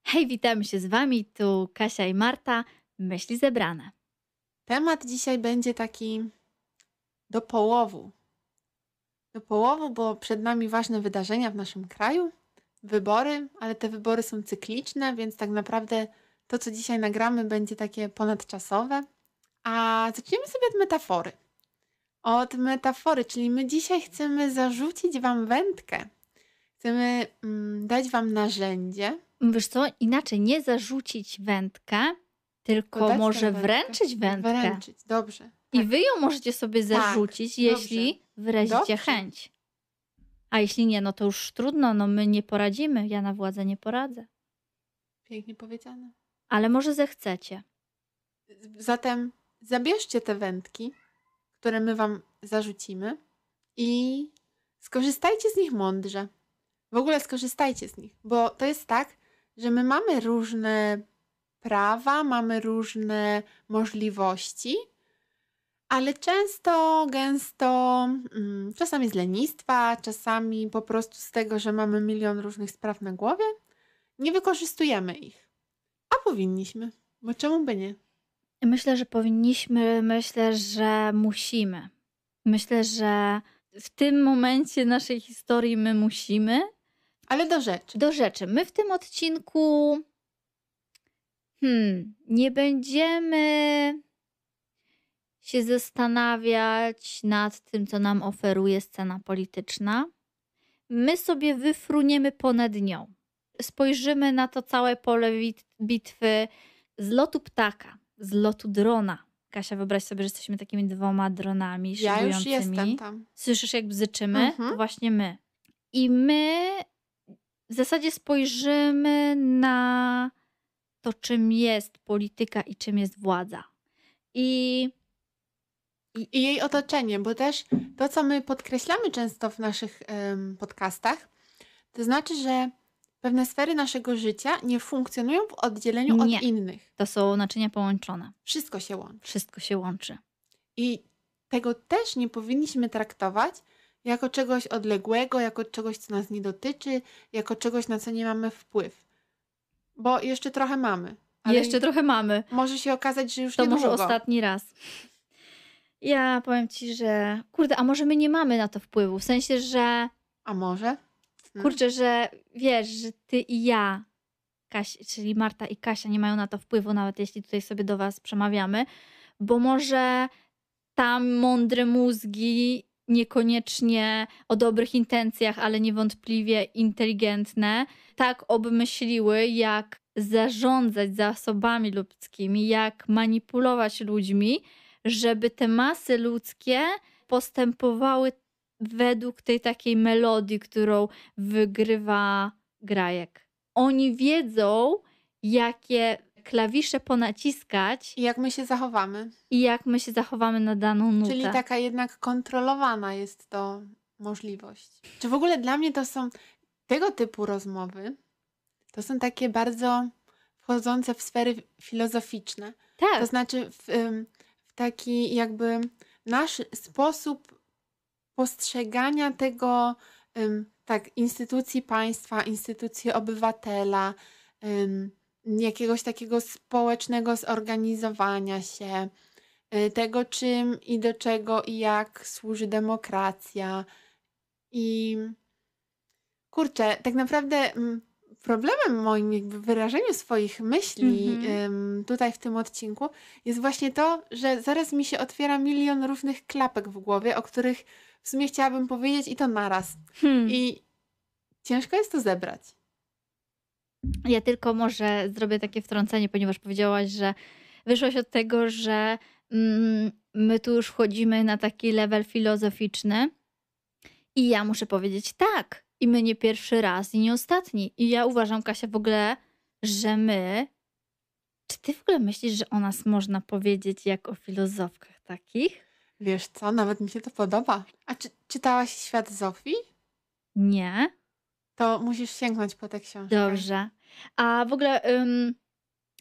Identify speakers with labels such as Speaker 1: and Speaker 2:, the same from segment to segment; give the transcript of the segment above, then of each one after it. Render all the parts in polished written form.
Speaker 1: Hej, witamy się z Wami, tu Kasia i Marta, myśli zebrane.
Speaker 2: Temat dzisiaj będzie taki do połowu. Do połowu, bo przed nami ważne wydarzenia w naszym kraju, wybory, ale te wybory są cykliczne, więc tak naprawdę to, co dzisiaj nagramy, będzie takie ponadczasowe. A zaczniemy sobie od metafory. Od metafory, czyli my dzisiaj chcemy zarzucić Wam wędkę. Chcemy dać Wam narzędzie.
Speaker 1: Wiesz co, inaczej nie zarzucić wędkę, tylko
Speaker 2: Dać
Speaker 1: może
Speaker 2: tę wędkę.
Speaker 1: wręczyć wędkę.
Speaker 2: Wręczyć, dobrze.
Speaker 1: I Wy ją możecie sobie zarzucić, jeśli
Speaker 2: dobrze.
Speaker 1: wyrazicie
Speaker 2: Dobrze.
Speaker 1: chęć. A jeśli nie, no to już trudno, no my nie poradzimy, ja na władzę nie poradzę.
Speaker 2: Pięknie powiedziane.
Speaker 1: Ale może zechcecie.
Speaker 2: Zatem zabierzcie te wędki, które my Wam zarzucimy i skorzystajcie z nich mądrze. W ogóle skorzystajcie z nich, bo to jest tak, że my mamy różne prawa, mamy różne możliwości, ale często, gęsto, czasami z lenistwa, czasami po prostu z tego, że mamy milion różnych spraw na głowie, nie wykorzystujemy ich. A powinniśmy, bo czemu by nie?
Speaker 1: Myślę, że powinniśmy, myślę, że musimy. Myślę, że w tym momencie naszej historii my musimy.
Speaker 2: Ale do rzeczy.
Speaker 1: Do rzeczy. My w tym odcinku nie będziemy się zastanawiać nad tym, co nam oferuje scena polityczna. My sobie wyfruniemy ponad nią. Spojrzymy na to całe pole bitwy z lotu ptaka, z lotu drona. Kasia, wyobraź sobie, że jesteśmy takimi 2 dronami
Speaker 2: Ja już
Speaker 1: szybującymi.
Speaker 2: jestem tam.
Speaker 1: Słyszysz, jak bzyczymy? To właśnie my. I my w zasadzie spojrzymy na to, czym jest polityka i czym jest władza. I
Speaker 2: jej otoczenie, bo też to, co my podkreślamy często w naszych podcastach, to znaczy, że pewne sfery naszego życia nie funkcjonują w oddzieleniu od innych.
Speaker 1: To są naczynia połączone.
Speaker 2: Wszystko się łączy.
Speaker 1: Wszystko się łączy.
Speaker 2: I tego też nie powinniśmy traktować jako czegoś odległego, jako czegoś, co nas nie dotyczy, jako czegoś, na co nie mamy wpływ. Bo jeszcze trochę mamy. Ale
Speaker 1: jeszcze trochę mamy.
Speaker 2: Może się okazać, że już
Speaker 1: to
Speaker 2: niedługo.
Speaker 1: może ostatni raz. Ja powiem Ci, że kurde, a może my nie mamy na to wpływu? W sensie, że...
Speaker 2: A może?
Speaker 1: Kurczę, że wiesz, że Ty i ja, czyli Marta i Kasia, nie mają na to wpływu, nawet jeśli tutaj sobie do Was przemawiamy, bo może tam mądre mózgi, niekoniecznie o dobrych intencjach, ale niewątpliwie inteligentne, tak obmyśliły, jak zarządzać zasobami ludzkimi, jak manipulować ludźmi, żeby te masy ludzkie postępowały według tej takiej melodii, którą wygrywa grajek. Oni wiedzą, jakie klawisze ponaciskać
Speaker 2: i jak my się zachowamy.
Speaker 1: I jak my się zachowamy na daną nutę.
Speaker 2: Czyli taka jednak kontrolowana jest to możliwość. Czy w ogóle dla mnie to są tego typu rozmowy, to są takie bardzo wchodzące w sfery filozoficzne.
Speaker 1: Tak.
Speaker 2: To znaczy w taki jakby nasz sposób postrzegania tego, instytucji państwa, instytucji obywatela, jakiegoś takiego społecznego zorganizowania się, tego, czym i do czego i jak służy demokracja. I kurczę, tak naprawdę problemem moim jakby w wyrażeniu swoich myśli tutaj w tym odcinku jest właśnie to, że zaraz mi się otwiera milion różnych klapek w głowie, o których w sumie chciałabym powiedzieć i to naraz. I ciężko jest to zebrać.
Speaker 1: Ja tylko może zrobię takie wtrącenie, ponieważ powiedziałaś, że wyszłaś od tego, że my tu już wchodzimy na taki level filozoficzny i ja muszę powiedzieć tak. I my nie pierwszy raz i nie ostatni. I ja uważam, Kasia, w ogóle, że my... Czy ty w ogóle myślisz, że o nas można powiedzieć jak o filozofkach takich?
Speaker 2: Wiesz co, nawet mi się to podoba. A czy czytałaś Świat Zofii?
Speaker 1: Nie.
Speaker 2: To musisz sięgnąć po tę książkę.
Speaker 1: Dobrze. A w ogóle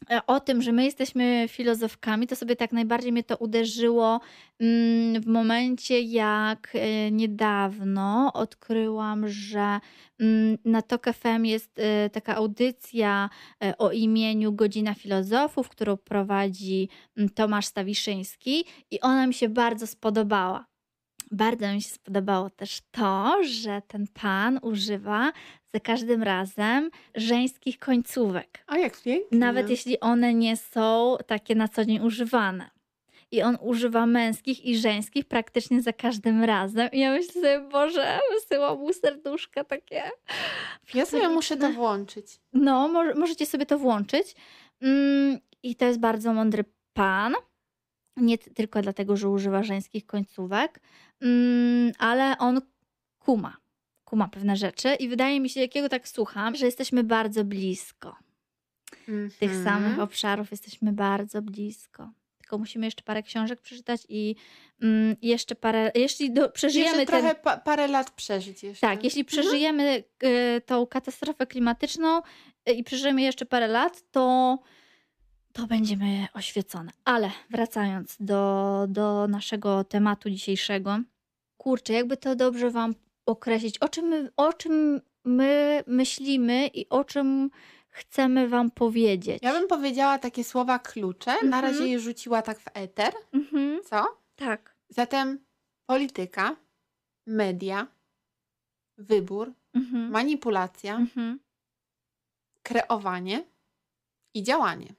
Speaker 1: o tym, że my jesteśmy filozofkami, to sobie tak najbardziej mnie to uderzyło w momencie, jak niedawno odkryłam, że na TOK FM jest taka audycja o imieniu Godzina Filozofów, którą prowadzi Tomasz Stawiszyński i ona mi się bardzo spodobała. Bardzo mi się spodobało też to, że ten pan używa za każdym razem żeńskich końcówek.
Speaker 2: O, jak pięknie.
Speaker 1: Nawet jeśli one nie są takie na co dzień używane. I on używa męskich i żeńskich praktycznie za każdym razem. I ja myślę sobie, Boże, wysyłam mu serduszka takie.
Speaker 2: Ja sobie muszę to włączyć.
Speaker 1: No, możecie sobie to włączyć. I to jest bardzo mądry pan. Nie tylko dlatego, że używa żeńskich końcówek, ale on kuma pewne rzeczy i wydaje mi się, jakiego tak słucham, że jesteśmy bardzo blisko. Tych samych obszarów jesteśmy bardzo blisko. Tylko musimy jeszcze parę książek przeczytać i jeszcze parę, jeśli przeżyjemy
Speaker 2: jeszcze trochę parę lat przeżyć jeszcze.
Speaker 1: Tak, jeśli przeżyjemy tą katastrofę klimatyczną i przeżyjemy jeszcze parę lat, to będziemy oświecone. Ale wracając do naszego tematu dzisiejszego. Kurczę, jakby to dobrze wam określić, o czym my myślimy i o czym chcemy wam powiedzieć.
Speaker 2: Ja bym powiedziała takie słowa klucze. Na razie je rzuciła tak w eter. Co?
Speaker 1: Tak.
Speaker 2: Zatem polityka, media, wybór, manipulacja, kreowanie i działanie.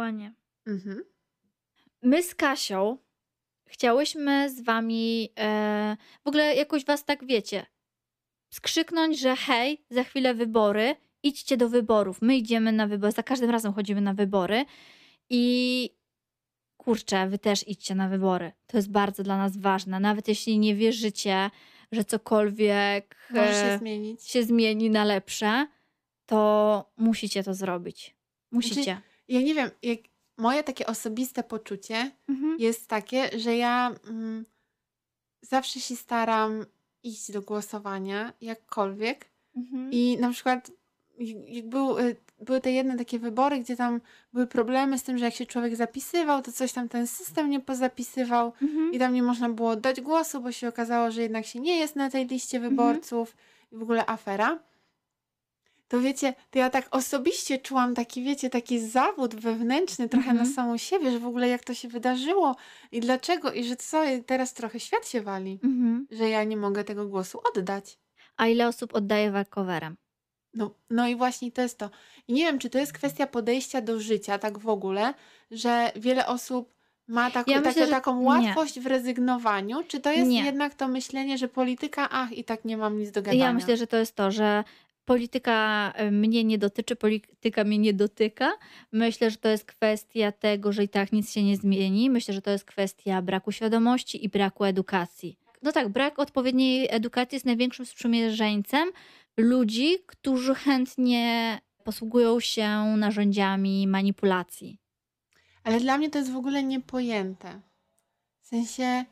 Speaker 2: My z Kasią chciałyśmy z wami w ogóle jakoś was tak, wiecie, skrzyknąć, że hej, za chwilę wybory, idźcie do wyborów. My idziemy na wybory, za każdym razem chodzimy na wybory i kurczę, wy też idźcie na wybory. To jest bardzo dla nas ważne. Nawet jeśli nie wierzycie, że cokolwiek może
Speaker 1: się zmieni na lepsze, to musicie to zrobić. Musicie.
Speaker 2: Znaczy, ja nie wiem, moje takie osobiste poczucie jest takie, że ja zawsze się staram iść do głosowania, jakkolwiek. I na przykład jak były te jedne takie wybory, gdzie tam były problemy z tym, że jak się człowiek zapisywał, to coś tam ten system nie pozapisywał i tam nie można było oddać głosu, bo się okazało, że jednak się nie jest na tej liście wyborców i w ogóle afera. To wiecie, to ja tak osobiście czułam taki, wiecie, taki zawód wewnętrzny trochę na samą siebie, że w ogóle jak to się wydarzyło i dlaczego i że co, i teraz trochę świat się wali, że ja nie mogę tego głosu oddać.
Speaker 1: A ile osób oddaje walkowerem?
Speaker 2: No i właśnie to jest to. I nie wiem, czy to jest kwestia podejścia do życia tak w ogóle, że wiele osób ma taką łatwość w rezygnowaniu, czy to jest jednak to myślenie, że polityka, i tak nie mam nic do gadania.
Speaker 1: Ja myślę, że to jest to, że polityka mnie nie dotyczy, polityka mnie nie dotyka. Myślę, że to jest kwestia tego, że i tak nic się nie zmieni. Myślę, że to jest kwestia braku świadomości i braku edukacji. No tak, brak odpowiedniej edukacji jest największym sprzymierzeńcem ludzi, którzy chętnie posługują się narzędziami manipulacji.
Speaker 2: Ale dla mnie to jest w ogóle niepojęte. W sensie,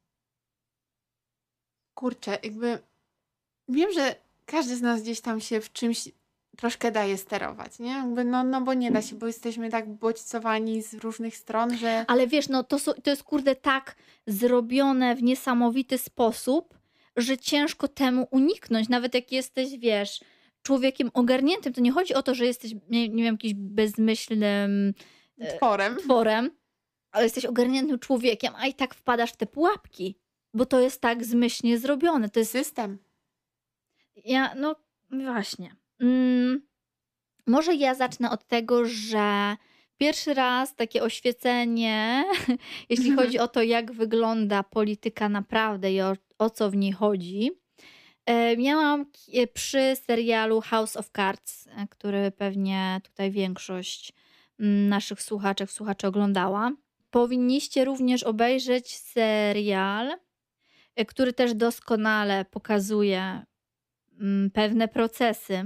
Speaker 2: kurczę, jakby wiem, że każdy z nas gdzieś tam się w czymś troszkę daje sterować, nie? Jakby no bo nie da się, bo jesteśmy tak bodźcowani z różnych stron, że...
Speaker 1: Ale wiesz, no to jest kurde tak zrobione w niesamowity sposób, że ciężko temu uniknąć. Nawet jak jesteś, wiesz, człowiekiem ogarniętym, to nie chodzi o to, że jesteś, nie wiem, jakimś bezmyślnym tworem, ale jesteś ogarniętym człowiekiem, a i tak wpadasz w te pułapki, bo to jest tak zmyślnie zrobione. To jest
Speaker 2: system.
Speaker 1: No właśnie. Może ja zacznę od tego, że pierwszy raz takie oświecenie, jeśli chodzi o to, jak wygląda polityka naprawdę i o co w niej chodzi, miałam przy serialu House of Cards, który pewnie tutaj większość naszych słuchaczy oglądała. Powinniście również obejrzeć serial, który też doskonale pokazuje pewne procesy.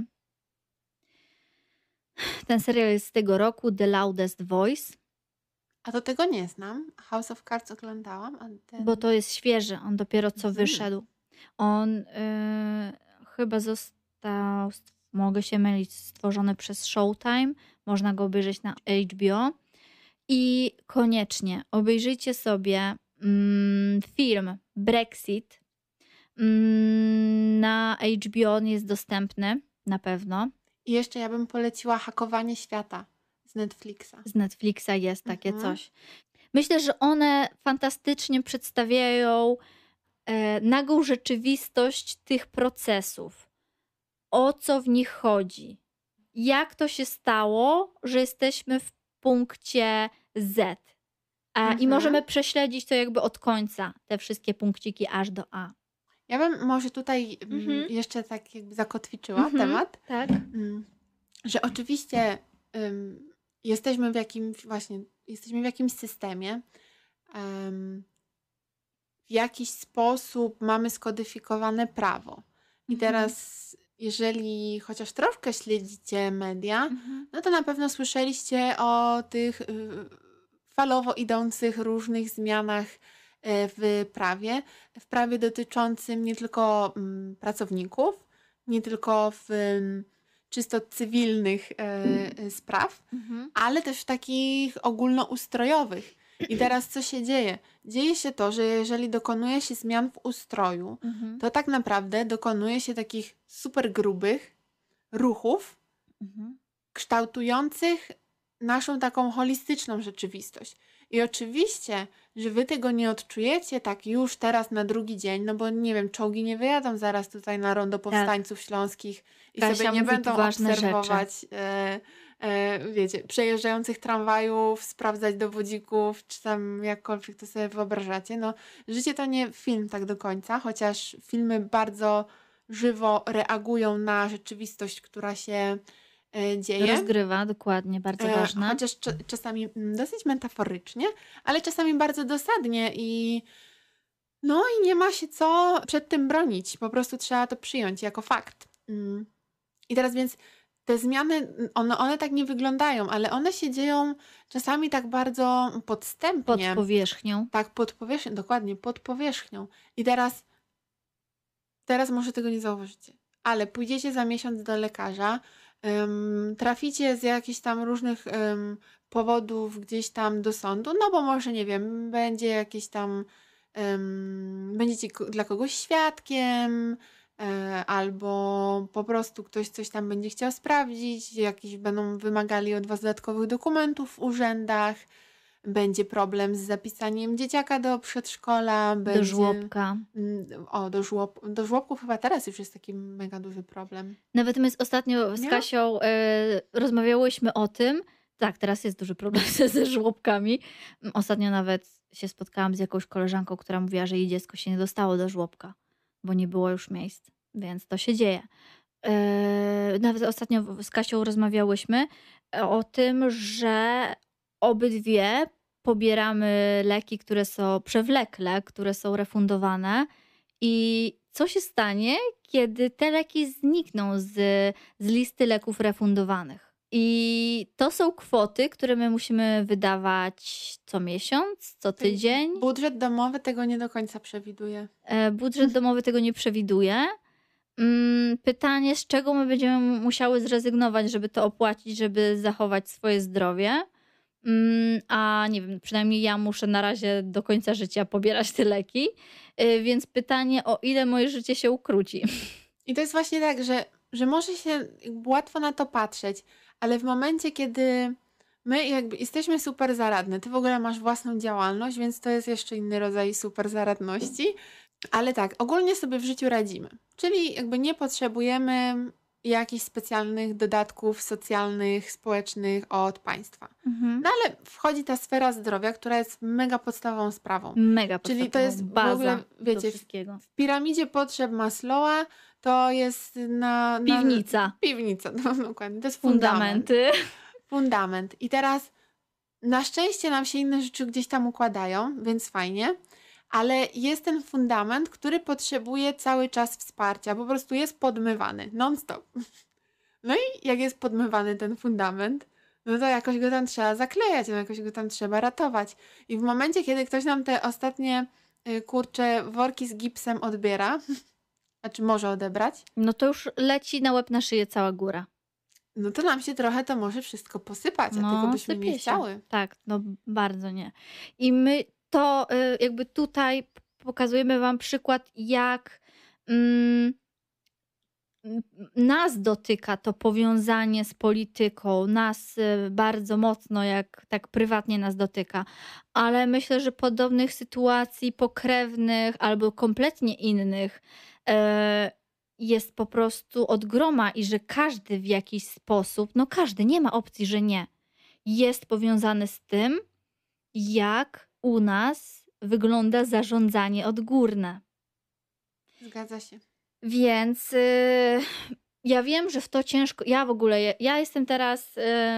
Speaker 1: Ten serial jest z tego roku, The Loudest Voice.
Speaker 2: A to tego nie znam. House of Cards oglądałam.
Speaker 1: Bo to jest świeży, on dopiero co wyszedł. On chyba został, mogę się mylić, stworzony przez Showtime, Można go obejrzeć na HBO. I koniecznie obejrzyjcie sobie film Brexit. Na HBO on jest dostępny, na pewno.
Speaker 2: I jeszcze ja bym poleciła Hakowanie świata z Netflixa.
Speaker 1: Z Netflixa jest takie coś. Myślę, że one fantastycznie przedstawiają nagłą rzeczywistość tych procesów. O co w nich chodzi? Jak to się stało, że jesteśmy w punkcie Z? I możemy prześledzić to jakby od końca, te wszystkie punkciki aż do A.
Speaker 2: Ja bym może tutaj jeszcze tak jakby zakotwiczyła temat.
Speaker 1: Tak.
Speaker 2: Że oczywiście jesteśmy w jakimś systemie. W jakiś sposób mamy skodyfikowane prawo. I teraz, jeżeli chociaż troszkę śledzicie media, no to na pewno słyszeliście o tych falowo idących różnych zmianach w prawie dotyczącym nie tylko pracowników, nie tylko w czysto cywilnych spraw, ale też takich ogólnoustrojowych. I teraz co się dzieje? Dzieje się to, że jeżeli dokonuje się zmian w ustroju, to tak naprawdę dokonuje się takich super grubych ruchów, kształtujących naszą taką holistyczną rzeczywistość. I oczywiście, że wy tego nie odczujecie tak już teraz na drugi dzień, no bo nie wiem, czołgi nie wyjadą zaraz tutaj na rondo powstańców śląskich i
Speaker 1: Kasia
Speaker 2: sobie nie
Speaker 1: mówi
Speaker 2: będą
Speaker 1: poważne
Speaker 2: obserwować wiecie, przejeżdżających tramwajów, sprawdzać dowodzików, czy tam jakkolwiek to sobie wyobrażacie. No, życie to nie film tak do końca, chociaż filmy bardzo żywo reagują na rzeczywistość, która się dzieje.
Speaker 1: Rozgrywa, dokładnie, bardzo ważne.
Speaker 2: Chociaż czasami dosyć metaforycznie, ale czasami bardzo dosadnie i nie ma się co przed tym bronić. Po prostu trzeba to przyjąć jako fakt. I teraz więc te zmiany, one tak nie wyglądają, ale one się dzieją czasami tak bardzo podstępnie.
Speaker 1: Pod powierzchnią.
Speaker 2: Tak, pod powierzchnią, dokładnie, pod powierzchnią. I teraz może tego nie zauważycie, ale pójdziecie za miesiąc do lekarza, traficie z jakichś tam różnych powodów gdzieś tam do sądu, no bo może, nie wiem, będzie jakieś tam, będziecie dla kogoś świadkiem, albo po prostu ktoś coś tam będzie chciał sprawdzić, jakieś będą wymagali od was dodatkowych dokumentów w urzędach, będzie problem z zapisaniem dzieciaka do przedszkola.
Speaker 1: Do żłobka.
Speaker 2: Do żłobków chyba teraz już jest taki mega duży problem.
Speaker 1: Nawet my ostatnio z Kasią rozmawiałyśmy o tym. Tak, teraz jest duży problem ze żłobkami. Ostatnio nawet się spotkałam z jakąś koleżanką, która mówiła, że jej dziecko się nie dostało do żłobka, bo nie było już miejsc, więc to się dzieje. Nawet ostatnio z Kasią rozmawiałyśmy o tym, że obydwie pobieramy leki, które są przewlekle, które są refundowane i co się stanie, kiedy te leki znikną z listy leków refundowanych. I to są kwoty, które my musimy wydawać co miesiąc, co tydzień.
Speaker 2: Budżet domowy tego nie do końca przewiduje.
Speaker 1: Budżet domowy tego nie przewiduje. Pytanie, z czego my będziemy musiały zrezygnować, żeby to opłacić, żeby zachować swoje zdrowie. A nie wiem, przynajmniej ja muszę na razie do końca życia pobierać te leki, więc pytanie, o ile moje życie się ukróci.
Speaker 2: I to jest właśnie tak, że może się łatwo na to patrzeć, ale w momencie, kiedy my jakby jesteśmy super zaradne, ty w ogóle masz własną działalność, więc to jest jeszcze inny rodzaj super zaradności, ale tak, ogólnie sobie w życiu radzimy, czyli jakby nie potrzebujemy jakichś specjalnych dodatków socjalnych, społecznych od państwa. No ale wchodzi ta sfera zdrowia, która jest mega podstawową sprawą.
Speaker 1: Mega podstawową,
Speaker 2: czyli to jest
Speaker 1: baza
Speaker 2: w ogóle, wiecie,
Speaker 1: do wszystkiego.
Speaker 2: W piramidzie potrzeb Maslowa to jest
Speaker 1: piwnica.
Speaker 2: Piwnica, dokładnie. To jest
Speaker 1: fundamenty.
Speaker 2: Fundament. I teraz na szczęście nam się inne rzeczy gdzieś tam układają, więc fajnie. Ale jest ten fundament, który potrzebuje cały czas wsparcia. Po prostu jest podmywany non-stop. No i jak jest podmywany ten fundament, no to jakoś go tam trzeba zaklejać, no jakoś go tam trzeba ratować. I w momencie, kiedy ktoś nam te ostatnie, worki z gipsem odbiera, a czy może odebrać?
Speaker 1: No to już leci na łeb na szyję cała góra.
Speaker 2: no to nam się trochę to może wszystko posypać, a tego
Speaker 1: No,
Speaker 2: byśmy nie
Speaker 1: sypie się.
Speaker 2: chciały.
Speaker 1: Tak, no bardzo nie. I my to jakby tutaj pokazujemy wam przykład, jak mm, nas dotyka to powiązanie z polityką, nas bardzo mocno, jak tak prywatnie nas dotyka, ale myślę, że podobnych sytuacji pokrewnych albo kompletnie innych jest po prostu od groma i że każdy w jakiś sposób, no każdy, nie ma opcji, że nie, jest powiązany z tym, jak u nas wygląda zarządzanie odgórne.
Speaker 2: Zgadza się.
Speaker 1: Więc ja wiem, że w to ciężko. Ja w ogóle, ja jestem teraz.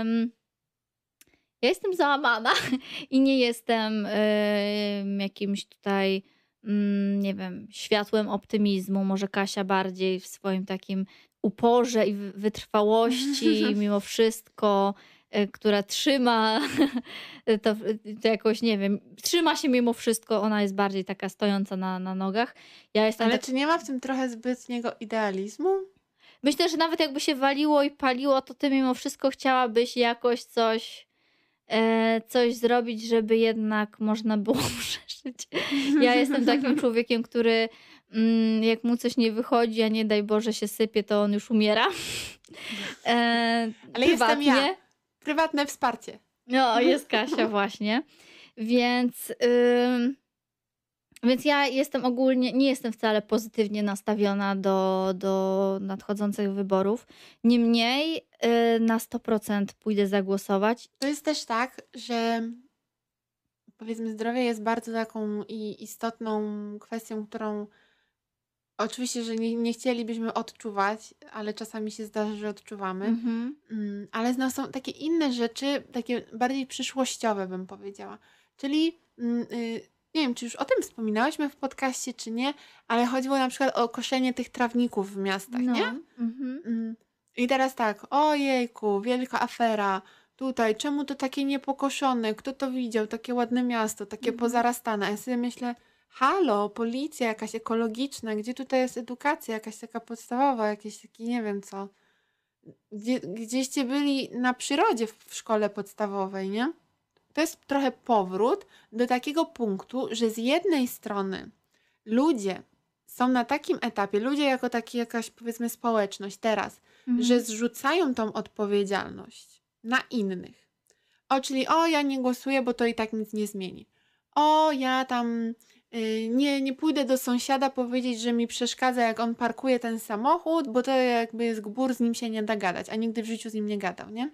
Speaker 1: Ja jestem załamana i nie jestem jakimś tutaj, nie wiem, światłem optymizmu. Może Kasia bardziej w swoim takim uporze i wytrwałości, mimo wszystko, która trzyma to jakoś, nie wiem, trzyma się mimo wszystko. Ona jest bardziej taka stojąca na nogach. Ja jestem
Speaker 2: Ale czy nie ma w tym trochę zbytniego idealizmu?
Speaker 1: Myślę, że nawet jakby się waliło i paliło, to ty mimo wszystko chciałabyś jakoś coś zrobić, żeby jednak można było przeżyć. Ja jestem takim człowiekiem, który jak mu coś nie wychodzi, a nie daj Boże się sypie, to on już umiera.
Speaker 2: Ale jestem ja. Prywatne wsparcie.
Speaker 1: No, jest Kasia właśnie. Więc ja jestem ogólnie, nie jestem wcale pozytywnie nastawiona do nadchodzących wyborów. Niemniej na 100% pójdę zagłosować.
Speaker 2: To jest też tak, że powiedzmy zdrowie jest bardzo taką istotną kwestią, którą oczywiście, że nie chcielibyśmy odczuwać, ale czasami się zdarza, że odczuwamy. Ale no, są takie inne rzeczy, takie bardziej przyszłościowe, bym powiedziała. Czyli nie wiem, czy już o tym wspominałyśmy w podcaście, czy nie, ale chodziło na przykład o koszenie tych trawników w miastach, nie? I teraz tak, ojejku, wielka afera, tutaj, czemu to takie niepokoszone, kto to widział, takie ładne miasto, takie pozarastane. A ja sobie myślę, halo, policja jakaś ekologiczna, gdzie tutaj jest edukacja jakaś taka podstawowa, jakieś takie, nie wiem co, gdzieście byli na przyrodzie w szkole podstawowej, nie? To jest trochę powrót do takiego punktu, że z jednej strony ludzie są na takim etapie, ludzie jako jakaś powiedzmy społeczność teraz, że zrzucają tą odpowiedzialność na innych. Czyli ja nie głosuję, bo to i tak nic nie zmieni. Ja tam nie pójdę do sąsiada powiedzieć, że mi przeszkadza, jak on parkuje ten samochód, bo to jakby jest gbur, z nim się nie da gadać, a nigdy w życiu z nim nie gadał, nie?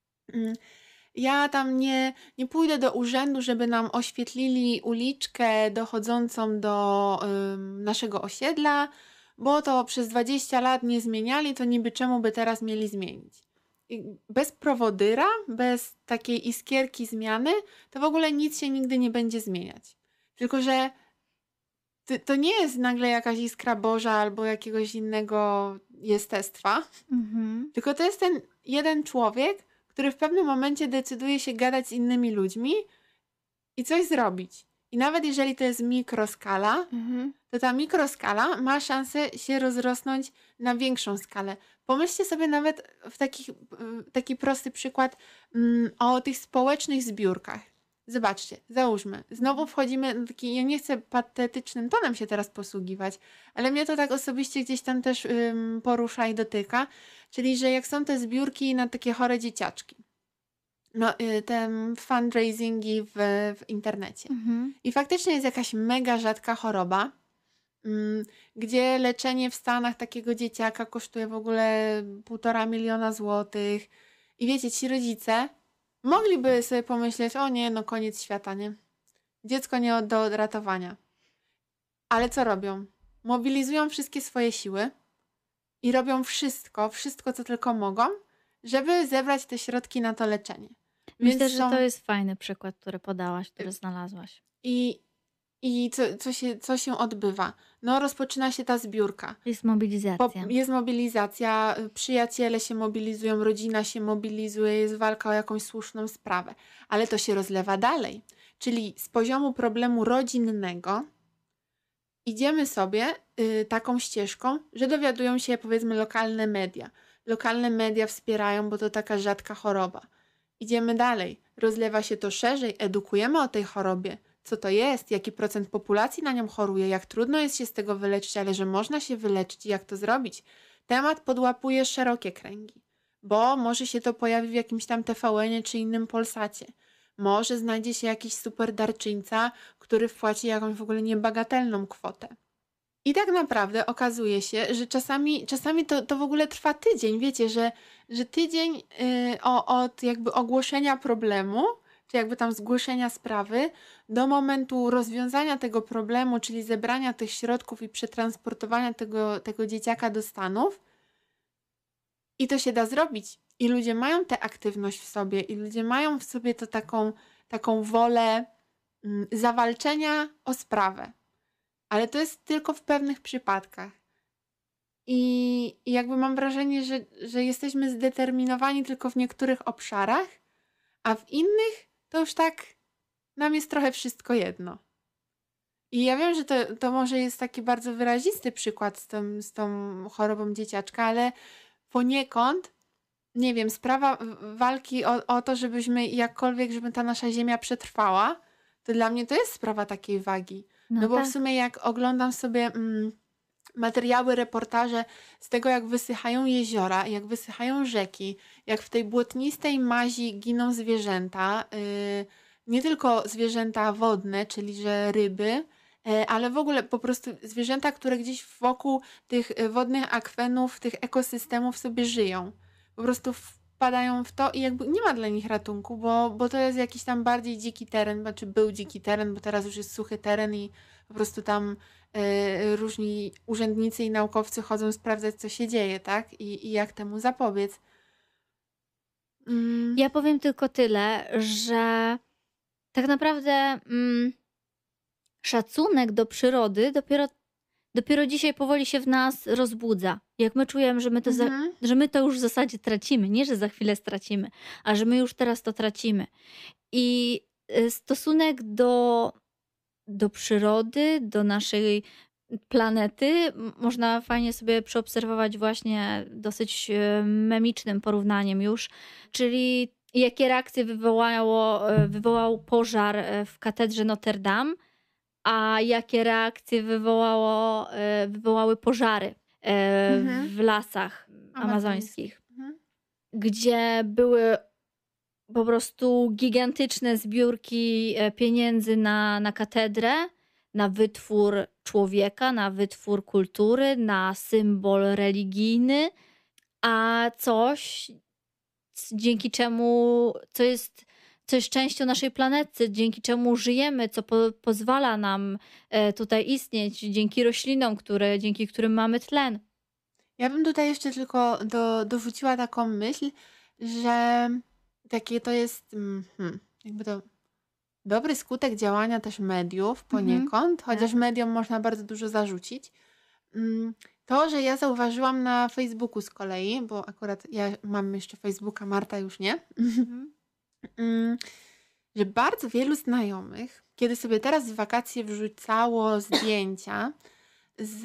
Speaker 2: Ja tam nie pójdę do urzędu, żeby nam oświetlili uliczkę dochodzącą do naszego osiedla, bo to przez 20 lat nie zmieniali, to niby czemu by teraz mieli zmienić. I bez prowodyra, bez takiej iskierki zmiany, to w ogóle nic się nigdy nie będzie zmieniać. Tylko że to nie jest nagle jakaś iskra Boża albo jakiegoś innego jestestwa, tylko to jest ten jeden człowiek, który w pewnym momencie decyduje się gadać z innymi ludźmi i coś zrobić. I nawet jeżeli to jest mikroskala, to ta mikroskala ma szansę się rozrosnąć na większą skalę. Pomyślcie sobie nawet w taki prosty przykład o tych społecznych zbiórkach. Zobaczcie, załóżmy, znowu wchodzimy na taki, ja nie chcę patetycznym tonem się teraz posługiwać, ale mnie to tak osobiście gdzieś tam też porusza i dotyka, czyli że jak są te zbiórki na takie chore dzieciaczki, no te fundraisingi w internecie i faktycznie jest jakaś mega rzadka choroba, gdzie leczenie w Stanach takiego dzieciaka kosztuje w ogóle 1,5 miliona złotych i wiecie, ci rodzice mogliby sobie pomyśleć, o nie, no koniec świata, nie? Dziecko nie do odratowania. Ale co robią? Mobilizują wszystkie swoje siły i robią wszystko, co tylko mogą, żeby zebrać te środki na to leczenie.
Speaker 1: Myślę, że to jest fajny przykład, który podałaś, który znalazłaś.
Speaker 2: I co się odbywa? No rozpoczyna się ta zbiórka.
Speaker 1: Jest mobilizacja.
Speaker 2: Jest mobilizacja, przyjaciele się mobilizują, rodzina się mobilizuje, jest walka o jakąś słuszną sprawę. Ale to się rozlewa dalej. Czyli z poziomu problemu rodzinnego idziemy sobie taką ścieżką, że dowiadują się powiedzmy lokalne media. lokalne media wspierają, bo to taka rzadka choroba. Idziemy dalej. Rozlewa się to szerzej, edukujemy o tej chorobie. Co to jest, jaki procent populacji na nią choruje, jak trudno jest się z tego wyleczyć, ale że można się wyleczyć i jak to zrobić. Temat podłapuje szerokie kręgi, bo może się to pojawi w jakimś tam TVN-ie czy innym Polsacie. Może znajdzie się jakiś super darczyńca, który wpłaci jakąś w ogóle niebagatelną kwotę. I tak naprawdę okazuje się, że czasami to w ogóle trwa tydzień. Wiecie, że tydzień od jakby ogłoszenia problemu, czy jakby tam zgłoszenia sprawy, do momentu rozwiązania tego problemu, czyli zebrania tych środków i przetransportowania tego dzieciaka do Stanów. I to się da zrobić. I ludzie mają tę aktywność w sobie i ludzie mają w sobie to taką wolę zawalczenia o sprawę. Ale to jest tylko w pewnych przypadkach. I jakby mam wrażenie, że jesteśmy zdeterminowani tylko w niektórych obszarach, a w innych to już tak nam jest trochę wszystko jedno. I ja wiem, że to może jest taki bardzo wyrazisty przykład z tą chorobą dzieciaczka, ale poniekąd, nie wiem, sprawa walki o to, żeby ta nasza ziemia przetrwała, to dla mnie to jest sprawa takiej wagi. No bo
Speaker 1: tak.
Speaker 2: w sumie jak oglądam sobie materiały, reportaże z tego, jak wysychają jeziora, jak wysychają rzeki, jak w tej błotnistej mazi giną zwierzęta, nie tylko zwierzęta wodne, czyli że ryby, ale w ogóle po prostu zwierzęta, które gdzieś wokół tych wodnych akwenów, tych ekosystemów sobie żyją. Po prostu wpadają w to i jakby nie ma dla nich ratunku, bo to jest jakiś tam bardziej dziki teren, znaczy był dziki teren, bo teraz już jest suchy teren i po prostu tam różni urzędnicy i naukowcy chodzą sprawdzać, co się dzieje, tak? I jak temu zapobiec.
Speaker 1: Ja powiem tylko tyle, że tak naprawdę szacunek do przyrody dopiero dzisiaj powoli się w nas rozbudza. Jak my czujemy, że my to już w zasadzie tracimy, nie, że za chwilę stracimy, a że my już teraz to tracimy. I stosunek do przyrody, do naszej planety można fajnie sobie przeobserwować właśnie dosyć memicznym porównaniem już, czyli jakie reakcje wywołał pożar w katedrze Notre Dame, a jakie reakcje wywołały pożary w lasach amazońskich, gdzie były po prostu gigantyczne zbiórki pieniędzy na katedrę, na wytwór człowieka, na wytwór kultury, na symbol religijny, a coś, dzięki czemu, co jest częścią naszej planety, dzięki czemu żyjemy, co pozwala nam tutaj istnieć, dzięki roślinom, dzięki którym mamy tlen.
Speaker 2: Ja bym tutaj jeszcze tylko dorzuciła taką myśl, że takie to jest jakby to dobry skutek działania też mediów poniekąd, chociaż mediom można bardzo dużo zarzucić. To, że ja zauważyłam na Facebooku z kolei, bo akurat ja mam jeszcze Facebooka, Marta już nie, że bardzo wielu znajomych, kiedy sobie teraz w wakacje wrzucało zdjęcia z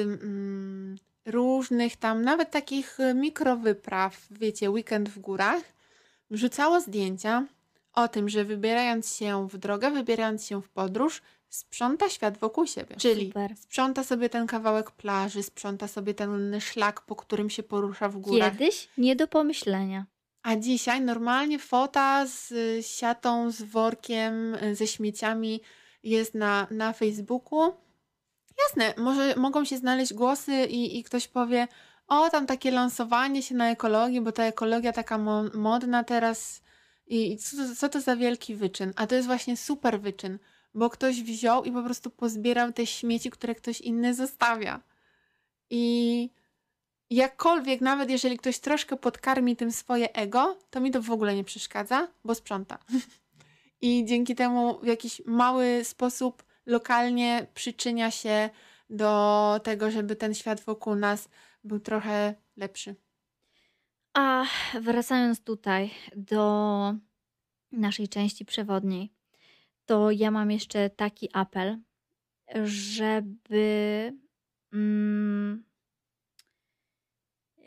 Speaker 2: różnych tam, nawet takich mikrowypraw, wiecie, weekend w górach, wrzucało zdjęcia o tym, że wybierając się w drogę, wybierając się w podróż, sprząta świat wokół siebie. Czyli
Speaker 1: Super.
Speaker 2: sprząta sobie ten kawałek plaży, sprząta sobie ten szlak, po którym się porusza w górach.
Speaker 1: Kiedyś nie do pomyślenia. A
Speaker 2: dzisiaj normalnie fota z siatą, z workiem, ze śmieciami jest na Facebooku. Jasne, może mogą się znaleźć głosy i ktoś powie, o tam takie lansowanie się na ekologii, bo ta ekologia taka modna teraz i co to za wielki wyczyn. A to jest właśnie super wyczyn, bo ktoś wziął i po prostu pozbierał te śmieci, które ktoś inny zostawia. I jakkolwiek, nawet jeżeli ktoś troszkę podkarmi tym swoje ego, to mi to w ogóle nie przeszkadza, bo sprząta. I dzięki temu w jakiś mały sposób lokalnie przyczynia się do tego, żeby ten świat wokół nas był trochę lepszy.
Speaker 1: A wracając tutaj do naszej części przewodniej, to ja mam jeszcze taki apel, żeby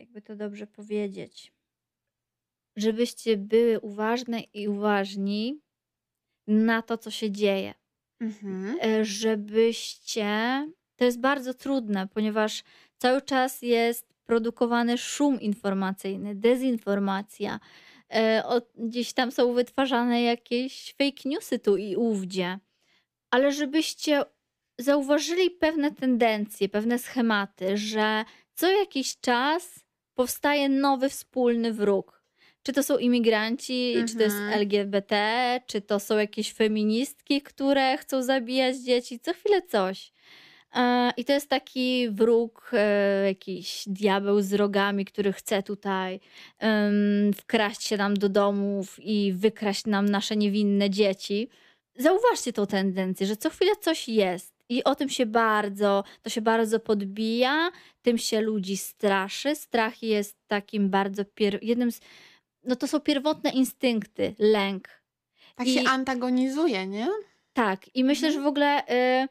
Speaker 1: jakby to dobrze powiedzieć, żebyście były uważne i uważni na to, co się dzieje.
Speaker 2: Mhm.
Speaker 1: Żebyście to jest bardzo trudne, ponieważ cały czas jest produkowany szum informacyjny, dezinformacja. Gdzieś tam są wytwarzane jakieś fake newsy tu i ówdzie. Ale żebyście zauważyli pewne tendencje, pewne schematy, że co jakiś czas powstaje nowy wspólny wróg. Czy to są imigranci, czy to jest
Speaker 2: Mhm.
Speaker 1: LGBT, czy to są jakieś feministki, które chcą zabijać dzieci, co chwilę coś. I to jest taki wróg, jakiś diabeł z rogami, który chce tutaj wkraść się nam do domów i wykraść nam nasze niewinne dzieci. Zauważcie tą tendencję, że co chwilę coś jest i o tym to się bardzo podbija, tym się ludzi straszy. Strach jest takim bardzo jednym z, no to są pierwotne instynkty, lęk.
Speaker 2: Tak się
Speaker 1: I
Speaker 2: antagonizuje, nie?
Speaker 1: tak, i myślę, że
Speaker 2: Mhm.
Speaker 1: w ogóle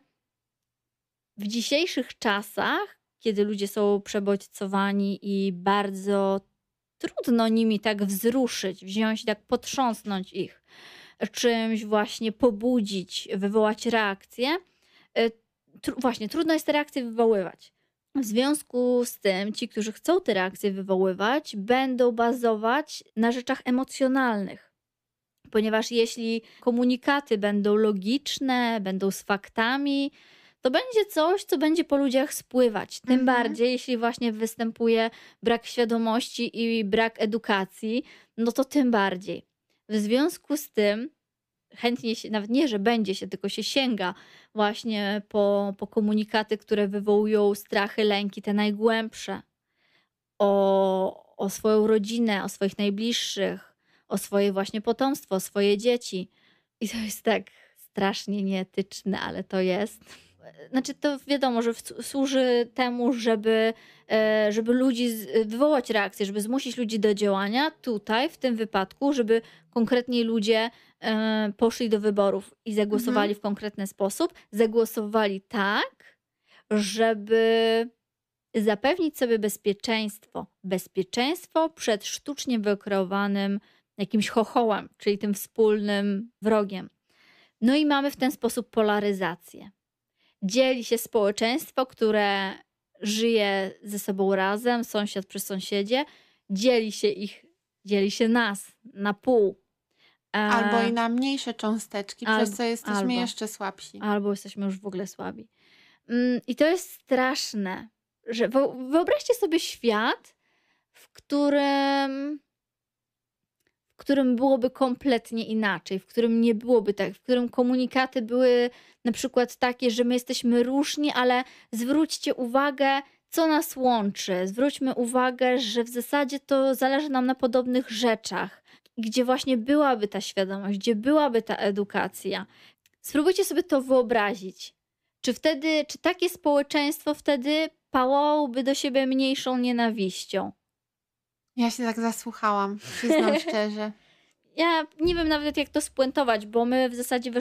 Speaker 1: w dzisiejszych czasach, kiedy ludzie są przebodźcowani i bardzo trudno nimi tak wzruszyć, wziąć, tak potrząsnąć ich, czymś właśnie pobudzić, wywołać reakcję. Właśnie, trudno jest te reakcje wywoływać. W związku z tym ci, którzy chcą te reakcje wywoływać, będą bazować na rzeczach emocjonalnych. Ponieważ jeśli komunikaty będą logiczne, będą z faktami, to będzie coś, co będzie po ludziach spływać. Tym
Speaker 2: Mhm.
Speaker 1: bardziej, jeśli właśnie występuje brak świadomości i brak edukacji, no to tym bardziej. W związku z tym chętnie się, nawet nie, że będzie się, tylko się sięga właśnie po komunikaty, które wywołują strachy, lęki, te najgłębsze. O swoją rodzinę, o swoich najbliższych, o swoje właśnie potomstwo, o swoje dzieci. I to jest tak strasznie nieetyczne, ale to jest. Znaczy to wiadomo, że służy temu, żeby ludzi wywołać reakcję, żeby zmusić ludzi do działania tutaj, w tym wypadku, żeby konkretni ludzie poszli do wyborów i zagłosowali
Speaker 2: Mhm.
Speaker 1: w konkretny sposób. Zagłosowali tak, żeby zapewnić sobie bezpieczeństwo. Bezpieczeństwo przed sztucznie wykreowanym jakimś chochołem, czyli tym wspólnym wrogiem. No i mamy w ten sposób polaryzację. Dzieli się społeczeństwo, które żyje ze sobą razem, sąsiad przy sąsiedzie, dzieli się nas na pół.
Speaker 2: Albo i na mniejsze cząsteczki, przez co jesteśmy jeszcze słabsi.
Speaker 1: Albo jesteśmy już w ogóle słabi. I to jest straszne, że wyobraźcie sobie świat, w którym byłoby kompletnie inaczej, w którym nie byłoby tak, w którym komunikaty były na przykład takie, że my jesteśmy różni, ale zwróćcie uwagę, co nas łączy. Zwróćmy uwagę, że w zasadzie to zależy nam na podobnych rzeczach, gdzie właśnie byłaby ta świadomość, gdzie byłaby ta edukacja. Spróbujcie sobie to wyobrazić. Czy takie społeczeństwo wtedy pałałoby do siebie mniejszą nienawiścią?
Speaker 2: Ja się tak zasłuchałam, przyznam szczerze.
Speaker 1: Ja nie wiem nawet, jak to spuentować, bo my w zasadzie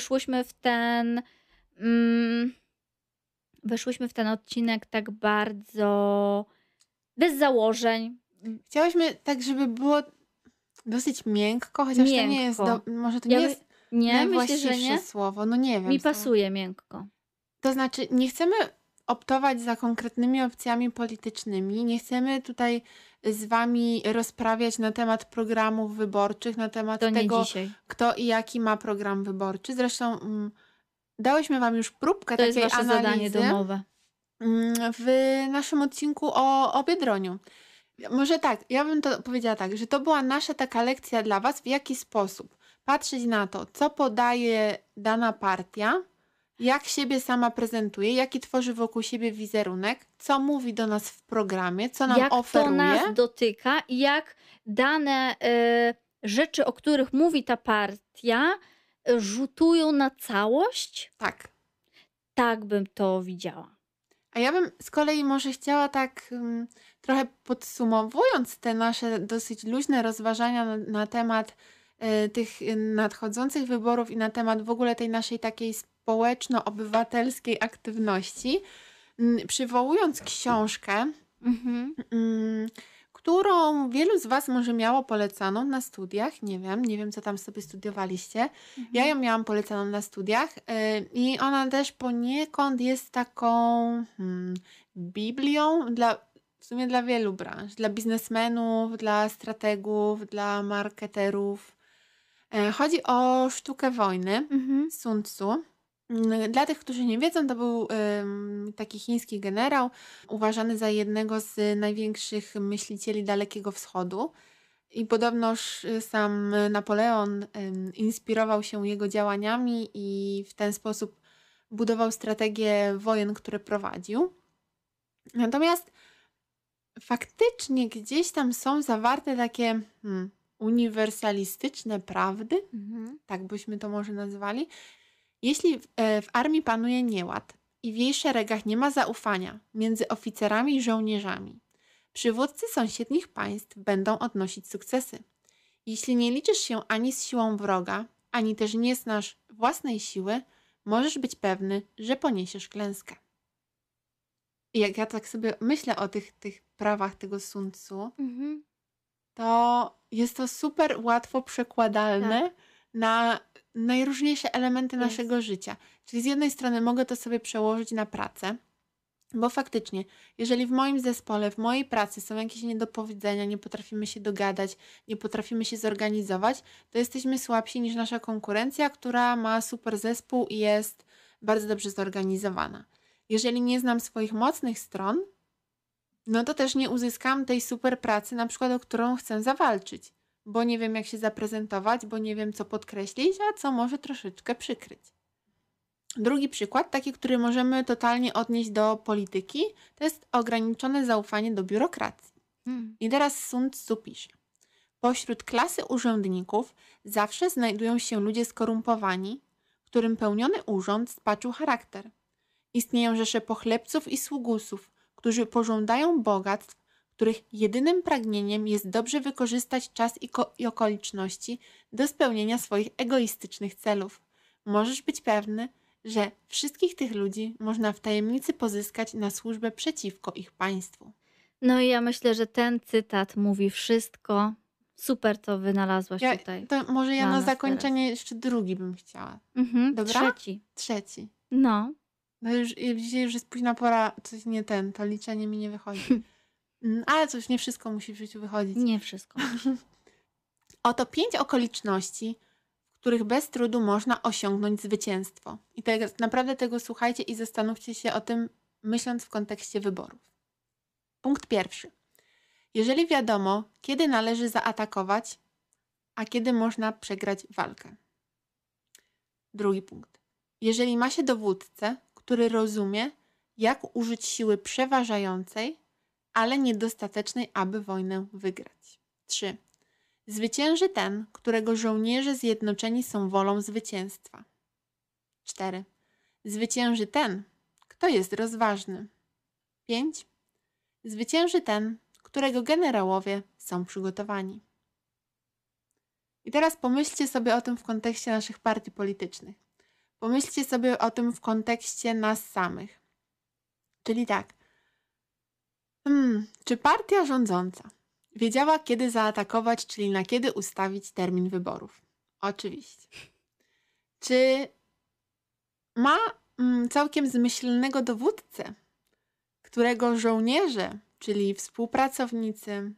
Speaker 1: weszłyśmy w ten odcinek tak bardzo bez założeń.
Speaker 2: Chciałyśmy tak, żeby było dosyć miękko, chociaż to nie jest,
Speaker 1: Miękko.
Speaker 2: może to nie jest
Speaker 1: Nie, myślę, że
Speaker 2: najwłaściwsze
Speaker 1: nie.
Speaker 2: słowo. No nie wiem.
Speaker 1: Mi pasuje miękko.
Speaker 2: To znaczy, nie chcemy optować za konkretnymi opcjami politycznymi, nie chcemy tutaj z wami rozprawiać na temat programów wyborczych, na temat
Speaker 1: To nie
Speaker 2: tego,
Speaker 1: dzisiaj.
Speaker 2: kto i jaki ma program wyborczy. Zresztą dałyśmy wam już próbkę
Speaker 1: To jest
Speaker 2: takiej
Speaker 1: wasze
Speaker 2: analizy
Speaker 1: zadanie domowe.
Speaker 2: w naszym odcinku o Biedroniu. Może tak, ja bym to powiedziała tak, że to była nasza taka lekcja dla was, w jaki sposób patrzeć na to, co podaje dana partia, jak siebie sama prezentuje, jaki tworzy wokół siebie wizerunek, co mówi do nas w programie, co nam
Speaker 1: Jak
Speaker 2: oferuje.
Speaker 1: to nas dotyka i jak dane rzeczy, o których mówi ta partia, rzutują na całość.
Speaker 2: Tak.
Speaker 1: Tak bym to widziała.
Speaker 2: A ja bym z kolei może chciała tak trochę podsumowując te nasze dosyć luźne rozważania na temat tych nadchodzących wyborów i na temat w ogóle tej naszej takiej społeczno-obywatelskiej aktywności, przywołując książkę, którą wielu z Was może miało polecaną na studiach. Nie wiem, co tam sobie studiowaliście. Ja ją miałam polecaną na studiach i ona też poniekąd jest taką Biblią w sumie dla wielu branż. Dla biznesmenów, dla strategów, dla marketerów. Chodzi o sztukę wojny Sun Tzu. Dla tych, którzy nie wiedzą, to był taki chiński generał, uważany za jednego z największych myślicieli Dalekiego Wschodu. I podobnoż sam Napoleon inspirował się jego działaniami i w ten sposób budował strategię wojen, które prowadził. Natomiast faktycznie gdzieś tam są zawarte takie uniwersalistyczne prawdy, tak byśmy to może nazwali. Jeśli w armii panuje nieład i w jej szeregach nie ma zaufania między oficerami i żołnierzami, przywódcy sąsiednich państw będą odnosić sukcesy. Jeśli nie liczysz się ani z siłą wroga, ani też nie znasz własnej siły, możesz być pewny, że poniesiesz klęskę. I jak ja tak sobie myślę o tych prawach tego Sun Tzu, to jest to super łatwo przekładalne na najróżniejsze elementy naszego życia. Czyli z jednej strony mogę to sobie przełożyć na pracę, bo faktycznie, jeżeli w moim zespole, w mojej pracy są jakieś niedopowiedzenia, nie potrafimy się dogadać, nie potrafimy się zorganizować, to jesteśmy słabsi niż nasza konkurencja, która ma super zespół i jest bardzo dobrze zorganizowana. Jeżeli nie znam swoich mocnych stron, no to też nie uzyskam tej super pracy, na przykład o którą chcę zawalczyć, bo nie wiem jak się zaprezentować, bo nie wiem co podkreślić, a co może troszeczkę przykryć. Drugi przykład, taki, który możemy totalnie odnieść do polityki, to jest ograniczone zaufanie do biurokracji. I teraz Sun Tzu pisze: pośród klasy urzędników zawsze znajdują się ludzie skorumpowani, którym pełniony urząd spaczył charakter. Istnieją rzesze pochlebców i sługusów, którzy pożądają bogactw, których jedynym pragnieniem jest dobrze wykorzystać czas i okoliczności do spełnienia swoich egoistycznych celów. Możesz być pewny, że wszystkich tych ludzi można w tajemnicy pozyskać na służbę przeciwko ich państwu.
Speaker 1: No i ja myślę, że ten cytat mówi wszystko. Super to wynalazłaś tutaj.
Speaker 2: To może ja
Speaker 1: dla
Speaker 2: na
Speaker 1: nas
Speaker 2: zakończenie jeszcze drugi bym chciała. Dobra? Trzeci.
Speaker 1: No.
Speaker 2: No już, dzisiaj już jest późna pora, coś nie to liczenie mi nie wychodzi. Ale cóż, nie wszystko musi w życiu wychodzić.
Speaker 1: Nie wszystko.
Speaker 2: Oto 5 okoliczności, w których bez trudu można osiągnąć zwycięstwo. I naprawdę tego słuchajcie i zastanówcie się o tym, myśląc w kontekście wyborów. Punkt pierwszy. Jeżeli wiadomo, kiedy należy zaatakować, a kiedy można przegrać walkę. Drugi punkt. Jeżeli ma się dowódcę, który rozumie, jak użyć siły przeważającej, ale niedostatecznej, aby wojnę wygrać. 3. Zwycięży ten, którego żołnierze zjednoczeni są wolą zwycięstwa. 4. Zwycięży ten, kto jest rozważny. 5. Zwycięży ten, którego generałowie są przygotowani. I teraz pomyślcie sobie o tym w kontekście naszych partii politycznych. Pomyślcie sobie o tym w kontekście nas samych. Czyli tak. Czy partia rządząca wiedziała, kiedy zaatakować, czyli na kiedy ustawić termin wyborów? Oczywiście. Czy ma całkiem zmyślnego dowódcę, którego żołnierze, czyli współpracownicy,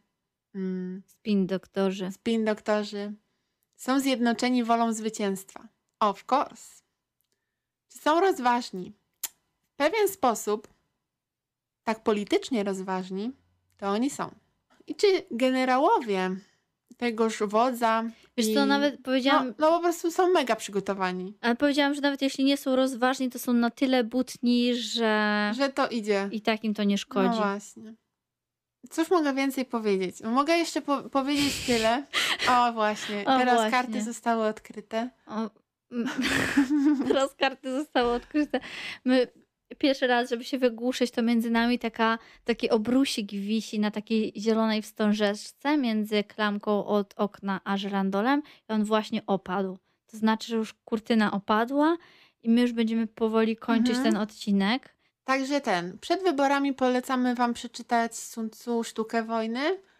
Speaker 1: spin
Speaker 2: doktorzy, są zjednoczeni wolą zwycięstwa? Of course. Czy są rozważni? W pewien sposób, tak politycznie rozważni, to oni są. I czy generałowie tegoż wodza...
Speaker 1: Wiesz co, nawet powiedziałam...
Speaker 2: No po prostu są mega przygotowani.
Speaker 1: Ale powiedziałam, że nawet jeśli nie są rozważni, to są na tyle butni, że
Speaker 2: to idzie.
Speaker 1: I tak im to nie szkodzi.
Speaker 2: No właśnie. Cóż mogę więcej powiedzieć? Mogę jeszcze powiedzieć tyle. O właśnie, teraz karty zostały odkryte.
Speaker 1: Teraz karty zostały odkryte. My pierwszy raz, żeby się wygłuszyć, to między nami taki obrusik wisi na takiej zielonej wstążeczce między klamką od okna a żyrandolem i on właśnie opadł. To znaczy, że już kurtyna opadła i my już będziemy powoli kończyć ten odcinek.
Speaker 2: Także przed wyborami polecamy Wam przeczytać Sun Tzu Sztukę wojny.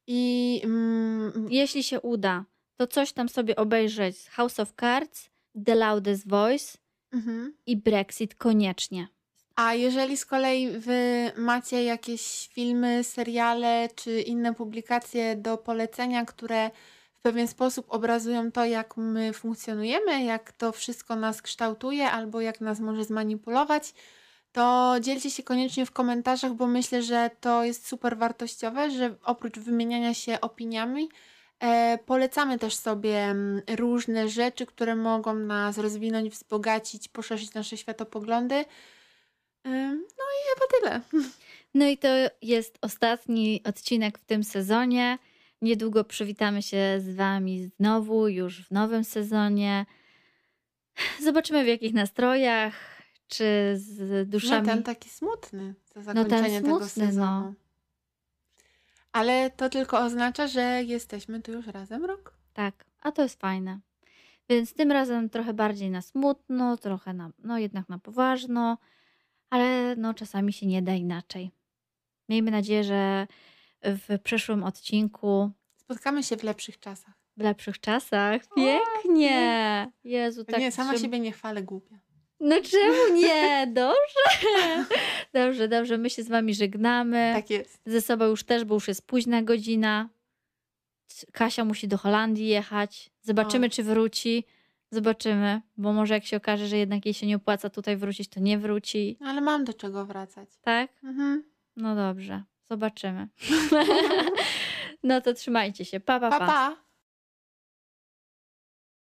Speaker 2: I
Speaker 1: Jeśli się uda, to coś tam sobie obejrzeć z House of Cards, The Loudest Voice i Brexit koniecznie.
Speaker 2: a jeżeli z kolei wy macie jakieś filmy, seriale czy inne publikacje do polecenia, które w pewien sposób obrazują to, jak my funkcjonujemy, jak to wszystko nas kształtuje albo jak nas może zmanipulować, to dzielcie się koniecznie w komentarzach, bo myślę, że to jest super wartościowe, że oprócz wymieniania się opiniami, polecamy też sobie różne rzeczy, które mogą nas rozwinąć, wzbogacić, poszerzyć nasze światopoglądy. No i chyba tyle.
Speaker 1: No i to jest ostatni odcinek w tym sezonie. Niedługo przywitamy się z wami znowu, już w nowym sezonie. Zobaczymy w jakich nastrojach, czy z
Speaker 2: No
Speaker 1: duszami...
Speaker 2: ten taki smutny, to
Speaker 1: No ten
Speaker 2: zakończenie tego
Speaker 1: smutny,
Speaker 2: sezonu.
Speaker 1: no.
Speaker 2: Ale to tylko oznacza, że jesteśmy tu już razem rok.
Speaker 1: Tak, a to jest fajne. Więc tym razem trochę bardziej na smutno, trochę na, no jednak na poważno, ale no czasami się nie da inaczej. Miejmy nadzieję, że w przyszłym odcinku,
Speaker 2: Spotkamy się w lepszych czasach.
Speaker 1: w lepszych czasach. Pięknie! Jezu, tak
Speaker 2: Nie, sama
Speaker 1: trzym-
Speaker 2: siebie nie chwalę, głupia.
Speaker 1: No czemu nie? Dobrze. Dobrze, dobrze. My się z wami żegnamy.
Speaker 2: Tak jest.
Speaker 1: Ze sobą już też, bo już jest późna godzina. Kasia musi do Holandii jechać. Zobaczymy,
Speaker 2: O.
Speaker 1: czy wróci. Zobaczymy, bo może jak się okaże, że jednak jej się nie opłaca tutaj wrócić, to nie wróci.
Speaker 2: Ale mam do czego wracać.
Speaker 1: Tak?
Speaker 2: Mhm.
Speaker 1: No dobrze. Zobaczymy. No to trzymajcie się. Pa, pa,
Speaker 2: Pa,
Speaker 1: pa.
Speaker 2: pa.